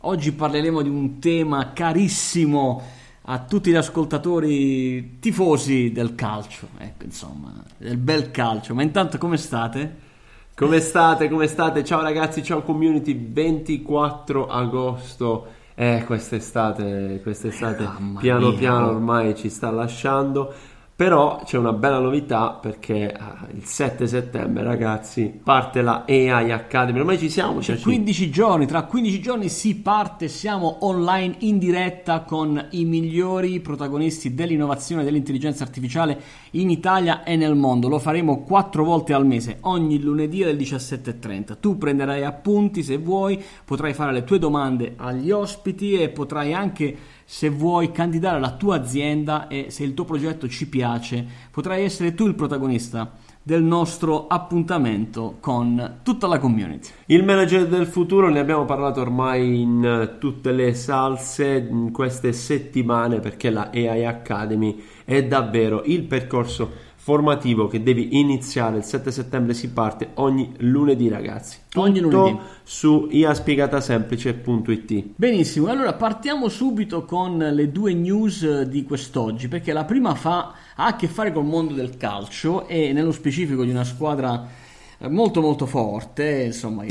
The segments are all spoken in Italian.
Oggi parleremo di un tema carissimo a tutti gli ascoltatori tifosi del calcio, ecco, insomma, del bel calcio. Ma intanto come state? Come state? Come state? Ciao ragazzi, ciao community. 24 agosto. Quest'estate piano piano ormai ci sta lasciando. Però c'è una bella novità, perché il 7 settembre, ragazzi, parte la AI Academy. Ormai ci siamo. C'è 15 giorni, tra 15 giorni si parte, siamo online in diretta con i migliori protagonisti dell'innovazione e dell'intelligenza artificiale in Italia e nel mondo. Lo faremo 4 volte al mese, ogni lunedì alle 17:30. Tu prenderai appunti se vuoi, potrai fare le tue domande agli ospiti e potrai anche, se vuoi, candidare la tua azienda, e se il tuo progetto ci piace potrai essere tu il protagonista del nostro appuntamento con tutta la community. Il manager del futuro, ne abbiamo parlato ormai in tutte le salse in queste settimane, perché la AI Academy è davvero il percorso formativo che devi iniziare. Il 7 settembre si parte ogni lunedì, ragazzi. Ogni lunedì su iaspiegatasemplice.it. Benissimo, allora partiamo subito con le due news di quest'oggi, perché la prima ha a che fare col mondo del calcio e nello specifico di una squadra molto molto forte, insomma.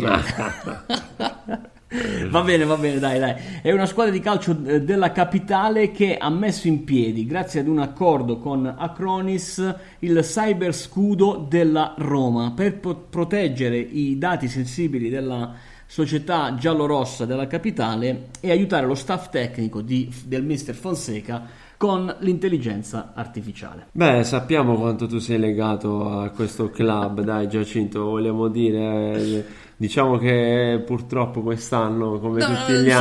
Va bene, dai. È una squadra di calcio della capitale che ha messo in piedi, grazie ad un accordo con Acronis, il cyber scudo della Roma per proteggere i dati sensibili della società giallorossa della capitale e aiutare lo staff tecnico del Mister Fonseca con l'intelligenza artificiale. Beh, sappiamo quanto tu sei legato a questo club, dai Giacinto, vogliamo dire. Diciamo che purtroppo quest'anno, come tutti gli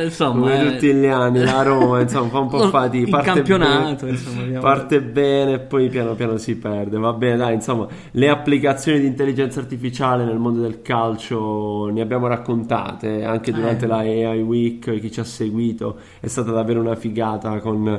anni, la Roma insomma fa un po' fatica. Il campionato parte bene e poi piano piano si perde. Va bene, dai, insomma, le applicazioni di intelligenza artificiale nel mondo del calcio ne abbiamo raccontate anche durante la AI Week. Chi ci ha seguito, è stata davvero una figata con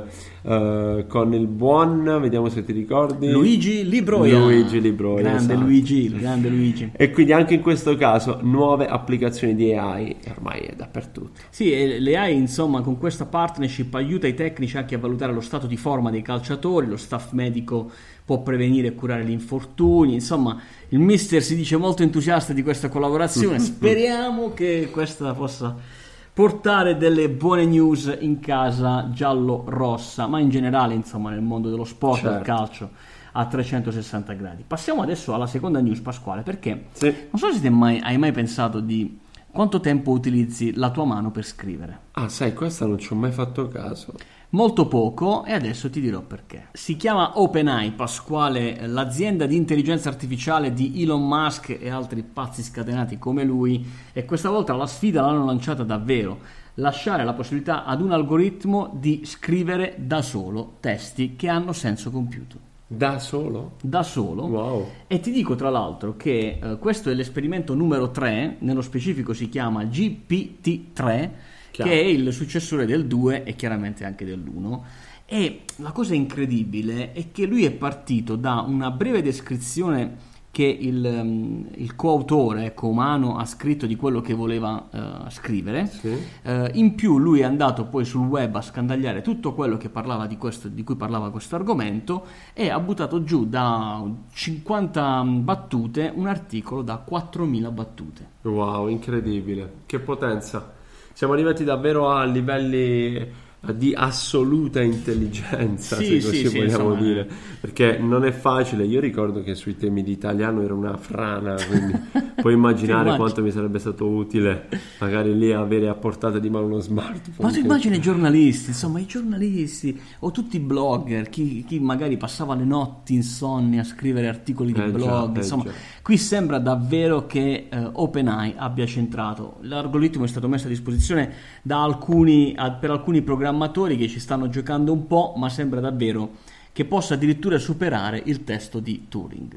il buon, vediamo se ti ricordi, Luigi Libroia. Grande, esatto. grande Luigi. E quindi anche in questo caso nuove applicazioni di AI, ormai è dappertutto. Sì, e le AI, insomma, con questa partnership aiuta i tecnici anche a valutare lo stato di forma dei calciatori, lo staff medico può prevenire e curare gli infortuni, insomma il mister si dice molto entusiasta di questa collaborazione. Speriamo che questa possa portare delle buone news in casa giallo-rossa, ma in generale, insomma, nel mondo dello sport, del calcio a 360 gradi. Passiamo adesso alla seconda news, Pasquale, perché non so se hai mai pensato di quanto tempo utilizzi la tua mano per scrivere. Sai, questa non ci ho mai fatto caso. Molto poco, e adesso ti dirò perché. Si chiama OpenAI, Pasquale, l'azienda di intelligenza artificiale di Elon Musk e altri pazzi scatenati come lui, e questa volta la sfida l'hanno lanciata davvero: lasciare la possibilità ad un algoritmo di scrivere da solo testi che hanno senso compiuto. Da solo? Da solo. Wow. E ti dico tra l'altro che questo è l'esperimento numero 3, nello specifico si chiama GPT-3, che è il successore del 2 e chiaramente anche dell'1. E la cosa incredibile è che lui è partito da una breve descrizione che il coautore, Comano, ha scritto di quello che voleva scrivere. In più lui è andato poi sul web a scandagliare tutto quello che parlava di cui parlava questo argomento, e ha buttato giù da 50 battute un articolo da 4.000 battute. Wow, incredibile, che potenza! Siamo arrivati davvero a livelli di assoluta intelligenza, se così vogliamo dire, perché non è facile. Io ricordo che sui temi di italiano ero una frana, quindi puoi immaginare quanto mi sarebbe stato utile magari lì avere a portata di mano uno smartphone. Ma tu immagini i giornalisti o tutti i blogger, chi magari passava le notti insonni a scrivere articoli di blog, insomma. Qui sembra davvero che OpenAI abbia centrato. L'algoritmo è stato messo a disposizione per alcuni programmatori che ci stanno giocando un po', ma sembra davvero che possa addirittura superare il test di Turing.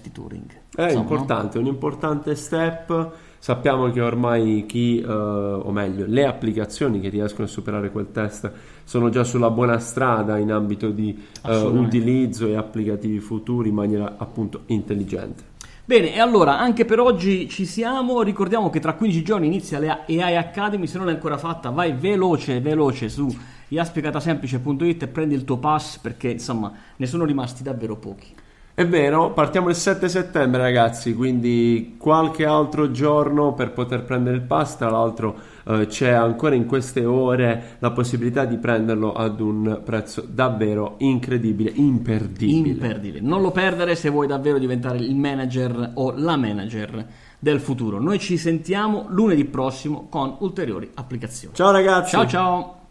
È importante, un importante step. Sappiamo che ormai le applicazioni che riescono a superare quel test sono già sulla buona strada in ambito di utilizzo e applicativi futuri in maniera appunto intelligente. Bene, e allora anche per oggi ci siamo. Ricordiamo che tra 15 giorni inizia la AI Academy. Se non l'hai ancora fatta, vai veloce su iaspiegatasemplice.it e prendi il tuo pass, perché insomma ne sono rimasti davvero pochi. È vero, partiamo il 7 settembre ragazzi, quindi qualche altro giorno per poter prendere il pass. Tra l'altro c'è ancora in queste ore la possibilità di prenderlo ad un prezzo davvero incredibile, imperdibile. Non lo perdere se vuoi davvero diventare il manager o la manager del futuro. Noi ci sentiamo lunedì prossimo con ulteriori applicazioni. Ciao ragazzi! Ciao!